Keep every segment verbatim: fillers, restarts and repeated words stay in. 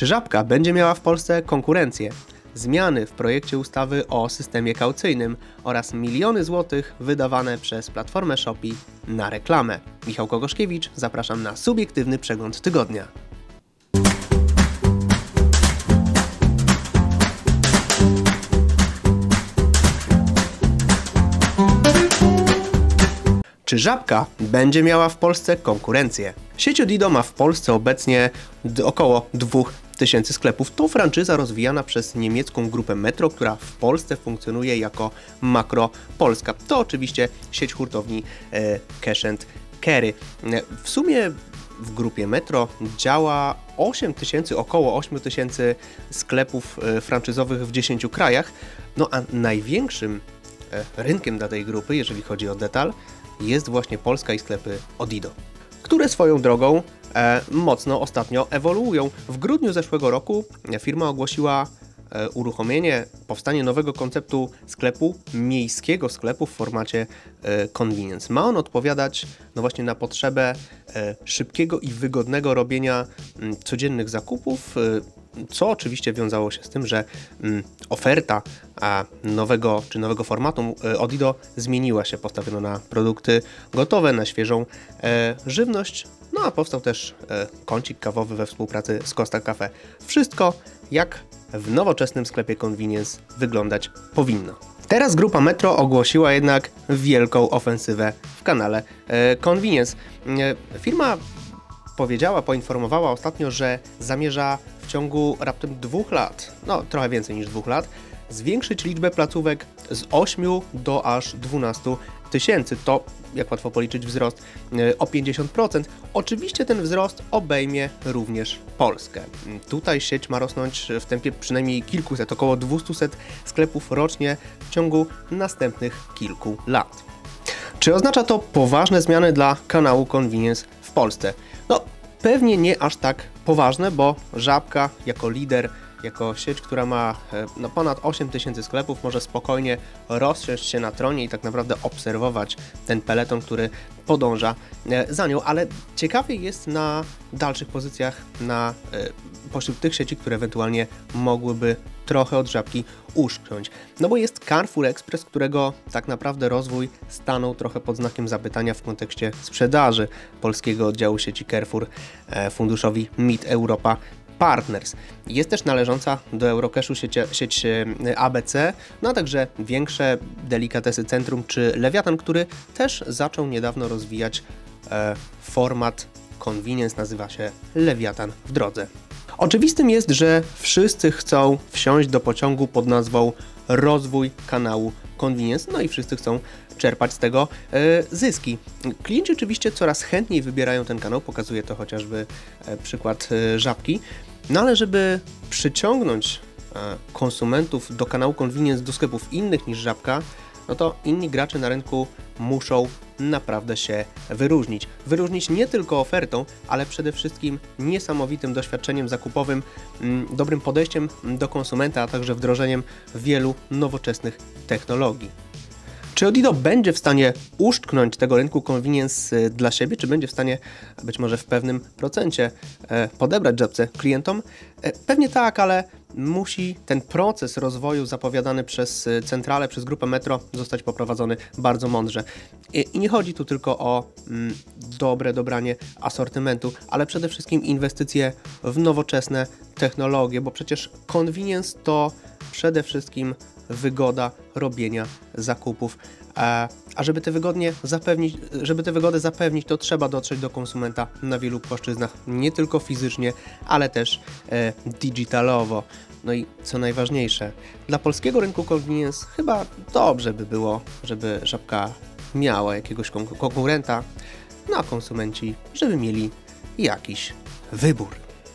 Czy Żabka będzie miała w Polsce konkurencję? Zmiany w projekcie ustawy o systemie kaucyjnym oraz miliony złotych wydawane przez platformę Shopee na reklamę. Michał Kogoszkiewicz, zapraszam na subiektywny przegląd tygodnia. Czy Żabka będzie miała w Polsce konkurencję? Sieć Odido ma w Polsce obecnie około dwóch tysięcy sklepów. To franczyza rozwijana przez niemiecką grupę Metro, która w Polsce funkcjonuje jako Makro Polska. To oczywiście sieć hurtowni e, Cash and Carry. W sumie w grupie Metro działa osiem tysięcy, około osiem tysięcy sklepów e, franczyzowych w dziesięciu krajach. No a największym e, rynkiem dla tej grupy, jeżeli chodzi o detal, jest właśnie Polska i sklepy Odido, które swoją drogą e, mocno ostatnio ewoluują. W grudniu zeszłego roku firma ogłosiła e, uruchomienie, powstanie nowego konceptu sklepu, miejskiego sklepu w formacie e, convenience. Ma on odpowiadać no właśnie na potrzebę e, szybkiego i wygodnego robienia m, codziennych zakupów, e, co oczywiście wiązało się z tym, że mm, oferta a, nowego czy nowego formatu e, Odido zmieniła się, postawiono na produkty gotowe, na świeżą e, żywność, no a powstał też e, kącik kawowy we współpracy z Costa Cafe. Wszystko jak w nowoczesnym sklepie convenience wyglądać powinno. Teraz grupa Metro ogłosiła jednak wielką ofensywę w kanale e, convenience. E, firma powiedziała, poinformowała ostatnio, że zamierza w ciągu raptem dwóch lat, no trochę więcej niż dwóch lat, zwiększyć liczbę placówek z ośmiu do aż dwunastu tysięcy. To, jak łatwo policzyć, wzrost o pięćdziesiąt procent. Oczywiście ten wzrost obejmie również Polskę. Tutaj sieć ma rosnąć w tempie przynajmniej kilkuset, około dwieście sklepów rocznie w ciągu następnych kilku lat. Czy oznacza to poważne zmiany dla kanału Convenience w Polsce? No, pewnie nie aż tak poważne, bo Żabka jako lider, jako sieć, która ma no, ponad osiem tysięcy sklepów, może spokojnie rozsiąść się na tronie i tak naprawdę obserwować ten peleton, który podąża za nią, ale ciekawie jest na dalszych pozycjach na, pośród tych sieci, które ewentualnie mogłyby trochę od Żabki uszknąć. No bo jest Carrefour Express, którego tak naprawdę rozwój stanął trochę pod znakiem zapytania w kontekście sprzedaży polskiego oddziału sieci Carrefour funduszowi Mid Europa Partners. Jest też należąca do Eurocashu sieć, sieć A B C, no a także większe delikatesy Centrum czy Lewiatan, który też zaczął niedawno rozwijać e, format convenience, nazywa się Lewiatan w drodze. Oczywistym jest, że wszyscy chcą wsiąść do pociągu pod nazwą rozwój kanału convenience, no i wszyscy chcą czerpać z tego e, zyski. Klienci oczywiście coraz chętniej wybierają ten kanał, pokazuje to chociażby e, przykład e, Żabki, no ale żeby przyciągnąć e, konsumentów do kanału convenience, do sklepów innych niż Żabka, no to inni gracze na rynku muszą naprawdę się wyróżnić. Wyróżnić nie tylko ofertą, ale przede wszystkim niesamowitym doświadczeniem zakupowym, dobrym podejściem do konsumenta, a także wdrożeniem wielu nowoczesnych technologii. Czy Odido będzie w stanie uszczknąć tego rynku convenience dla siebie, czy będzie w stanie być może w pewnym procencie podebrać Żabce klientom? Pewnie tak, ale musi ten proces rozwoju zapowiadany przez centralę, przez grupę Metro zostać poprowadzony bardzo mądrze. I nie chodzi tu tylko o mm, dobre dobranie asortymentu, ale przede wszystkim inwestycje w nowoczesne technologie, bo przecież convenience to przede wszystkim wygoda robienia zakupów. A, a żeby te wygodnie zapewnić, żeby tę wygodę zapewnić, to trzeba dotrzeć do konsumenta na wielu płaszczyznach, nie tylko fizycznie, ale też e, digitalowo. No i co najważniejsze, dla polskiego rynku convenience chyba dobrze by było, żeby Żabka miała jakiegoś konkurenta, no a konsumenci, żeby mieli jakiś wybór.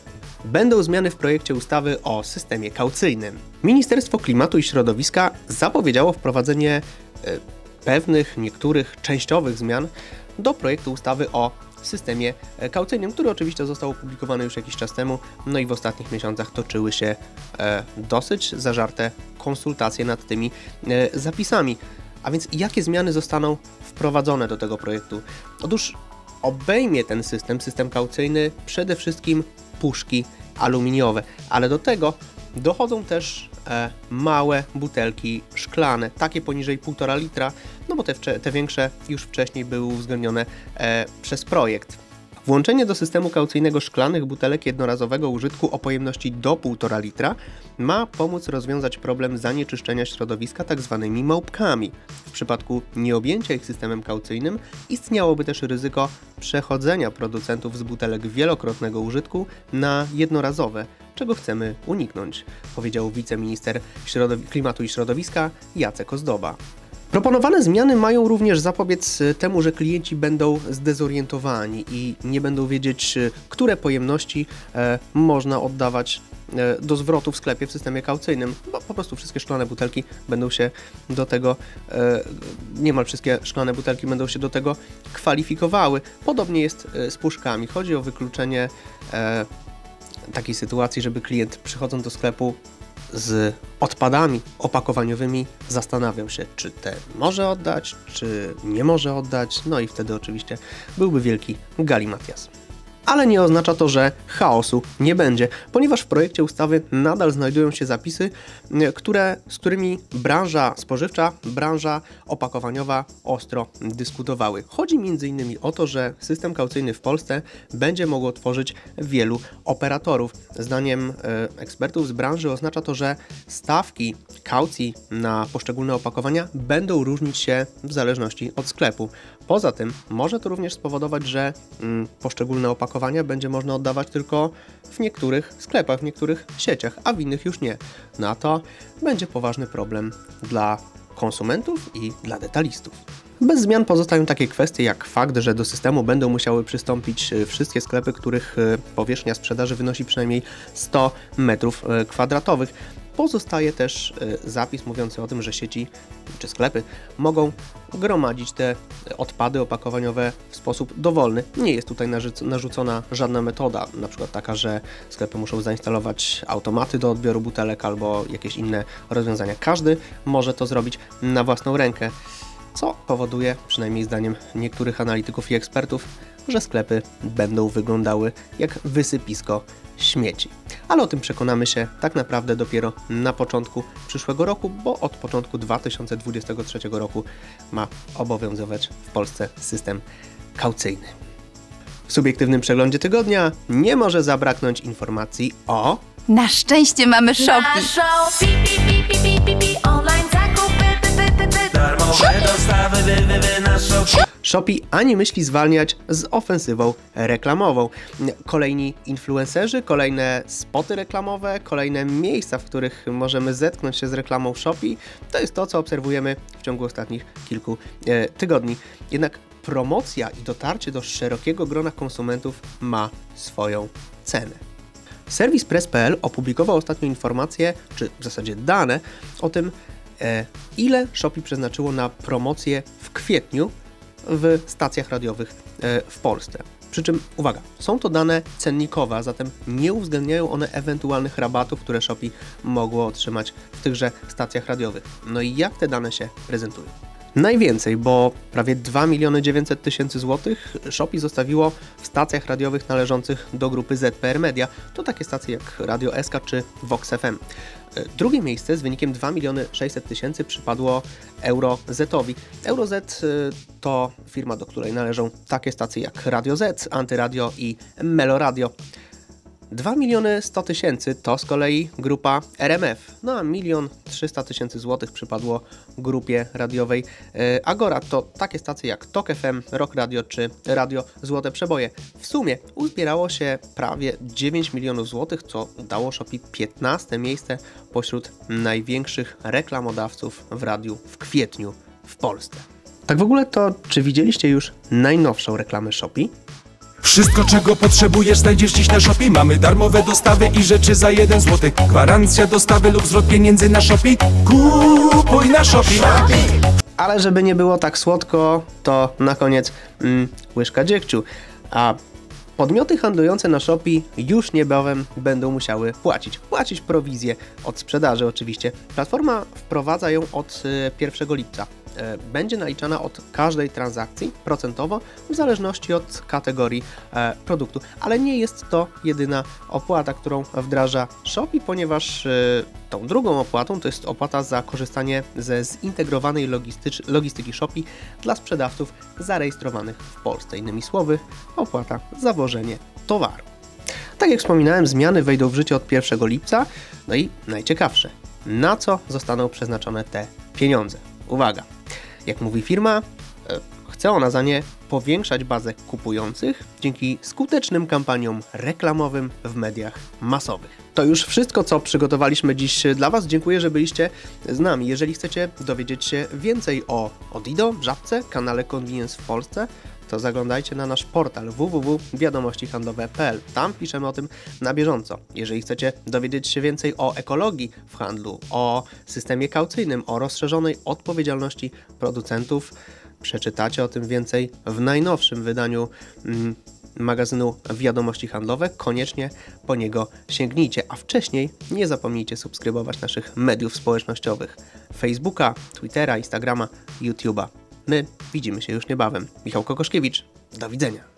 Będą zmiany w projekcie ustawy o systemie kaucyjnym. Ministerstwo Klimatu i Środowiska zapowiedziało wprowadzenie e, pewnych, niektórych częściowych zmian do projektu ustawy o systemie kaucyjnym, który oczywiście został opublikowany już jakiś czas temu, no i w ostatnich miesiącach toczyły się e, dosyć zażarte konsultacje nad tymi e, zapisami. A więc jakie zmiany zostaną wprowadzone do tego projektu? Otóż obejmie ten system, system kaucyjny przede wszystkim puszki aluminiowe, ale do tego dochodzą też e, małe butelki szklane, takie poniżej półtora litra, no bo te, te większe już wcześniej były uwzględnione e, przez projekt. Włączenie do systemu kaucyjnego szklanych butelek jednorazowego użytku o pojemności do półtora litra ma pomóc rozwiązać problem zanieczyszczenia środowiska tzw. małpkami. W przypadku nieobjęcia ich systemem kaucyjnym istniałoby też ryzyko przechodzenia producentów z butelek wielokrotnego użytku na jednorazowe, czego chcemy uniknąć, powiedział wiceminister klimatu i środowiska Jacek Ozdoba. Proponowane zmiany mają również zapobiec temu, że klienci będą zdezorientowani i nie będą wiedzieć, które pojemności e, można oddawać e, do zwrotu w sklepie w systemie kaucyjnym, bo po prostu wszystkie szklane butelki będą się do tego, e, niemal wszystkie szklane butelki będą się do tego kwalifikowały. Podobnie jest e, z puszkami. Chodzi o wykluczenie e, takiej sytuacji, żeby klient przychodząc do sklepu z odpadami opakowaniowymi zastanawiał się, czy te może oddać, czy nie może oddać, no i wtedy oczywiście byłby wielki galimatias. Ale nie oznacza to, że chaosu nie będzie, ponieważ w projekcie ustawy nadal znajdują się zapisy, które, z którymi branża spożywcza, branża opakowaniowa ostro dyskutowały. Chodzi między innymi o to, że system kaucyjny w Polsce będzie mogło tworzyć wielu operatorów. Zdaniem e, ekspertów z branży oznacza to, że stawki kaucji na poszczególne opakowania będą różnić się w zależności od sklepu. Poza tym może to również spowodować, że mm, poszczególne opakowania będzie można oddawać tylko w niektórych sklepach, w niektórych sieciach, a w innych już nie. No a to będzie poważny problem dla konsumentów i dla detalistów. Bez zmian pozostają takie kwestie jak fakt, że do systemu będą musiały przystąpić wszystkie sklepy, których powierzchnia sprzedaży wynosi przynajmniej sto metrów kwadratowych. Pozostaje też zapis mówiący o tym, że sieci czy sklepy mogą gromadzić te odpady opakowaniowe w sposób dowolny. Nie jest tutaj narzucona żadna metoda, na przykład taka, że sklepy muszą zainstalować automaty do odbioru butelek albo jakieś inne rozwiązania. Każdy może to zrobić na własną rękę, co powoduje, przynajmniej zdaniem niektórych analityków i ekspertów, że sklepy będą wyglądały jak wysypisko śmieci. Ale o tym przekonamy się tak naprawdę dopiero na początku przyszłego roku, bo od początku dwa tysiące dwudziestego trzeciego roku ma obowiązywać w Polsce system kaucyjny. W subiektywnym przeglądzie tygodnia nie może zabraknąć informacji o... Na szczęście mamy Shopee! Shopee ani myśli zwalniać z ofensywą reklamową. Kolejni influencerzy, kolejne spoty reklamowe, kolejne miejsca, w których możemy zetknąć się z reklamą Shopee, to jest to, co obserwujemy w ciągu ostatnich kilku e, tygodni. Jednak promocja i dotarcie do szerokiego grona konsumentów ma swoją cenę. Serwis press kropka p l opublikował ostatnio informacje, czy w zasadzie dane o tym, e, ile Shopee przeznaczyło na promocję w kwietniu w stacjach radiowych e, w Polsce. Przy czym, uwaga, są to dane cennikowe, a zatem nie uwzględniają one ewentualnych rabatów, które Shopee mogło otrzymać w tychże stacjach radiowych. No i jak te dane się prezentują? Najwięcej, bo prawie dwa miliony dziewięćset tysięcy złotych Shopee zostawiło w stacjach radiowych należących do grupy Z P R Media. To takie stacje jak Radio S K czy Vox F M. Drugie miejsce z wynikiem dwa miliony sześćset tysięcy przypadło Eurozetowi. Euroz to firma, do której należą takie stacje jak Radio Z, Antyradio i Meloradio. dwa miliony sto tysięcy to z kolei grupa R M F, no a milion trzysta tysięcy złotych przypadło grupie radiowej Agora. To takie stacje jak Tok F M, Rock Radio czy Radio Złote Przeboje. W sumie uzbierało się prawie dziewięć milionów złotych, co dało Shopee piętnaste miejsce pośród największych reklamodawców w radiu w kwietniu w Polsce. Tak w ogóle to, czy widzieliście już najnowszą reklamę Shopee? Wszystko, czego potrzebujesz, znajdziesz dziś na Shopee. Mamy darmowe dostawy i rzeczy za jeden złoty. Gwarancja dostawy lub zwrot pieniędzy na Shopee. Kupuj na Shopee. Ale żeby nie było tak słodko, to na koniec mm, łyżka dziegciu. A podmioty handlujące na Shopee już niebawem będą musiały płacić. Płacić prowizję od sprzedaży oczywiście. Platforma wprowadza ją od pierwszego lipca. e, będzie naliczana od każdej transakcji procentowo w zależności od kategorii e, produktu. Ale nie jest to jedyna opłata, którą wdraża Shopee, ponieważ e, tą drugą opłatą to jest opłata za korzystanie ze zintegrowanej logistycz- logistyki Shopee dla sprzedawców zarejestrowanych w Polsce. Innymi słowy, opłata za wożenie towaru. Tak jak wspominałem, zmiany wejdą w życie od pierwszego lipca. No i najciekawsze, na co zostaną przeznaczone te pieniądze? Uwaga, jak mówi firma, chce ona za nie powiększać bazę kupujących dzięki skutecznym kampaniom reklamowym w mediach masowych. To już wszystko, co przygotowaliśmy dziś dla Was. Dziękuję, że byliście z nami. Jeżeli chcecie dowiedzieć się więcej o Odido, Żabce, kanale Convenience w Polsce, to zaglądajcie na nasz portal w w w kropka wiadomości handlowe kropka p l. Tam piszemy o tym na bieżąco. Jeżeli chcecie dowiedzieć się więcej o ekologii w handlu, o systemie kaucyjnym, o rozszerzonej odpowiedzialności producentów, przeczytacie o tym więcej w najnowszym wydaniu mm, magazynu Wiadomości Handlowe. Koniecznie po niego sięgnijcie, a wcześniej nie zapomnijcie subskrybować naszych mediów społecznościowych: Facebooka, Twittera, Instagrama, YouTube'a. My widzimy się już niebawem. Michał Kokoszkiewicz, do widzenia.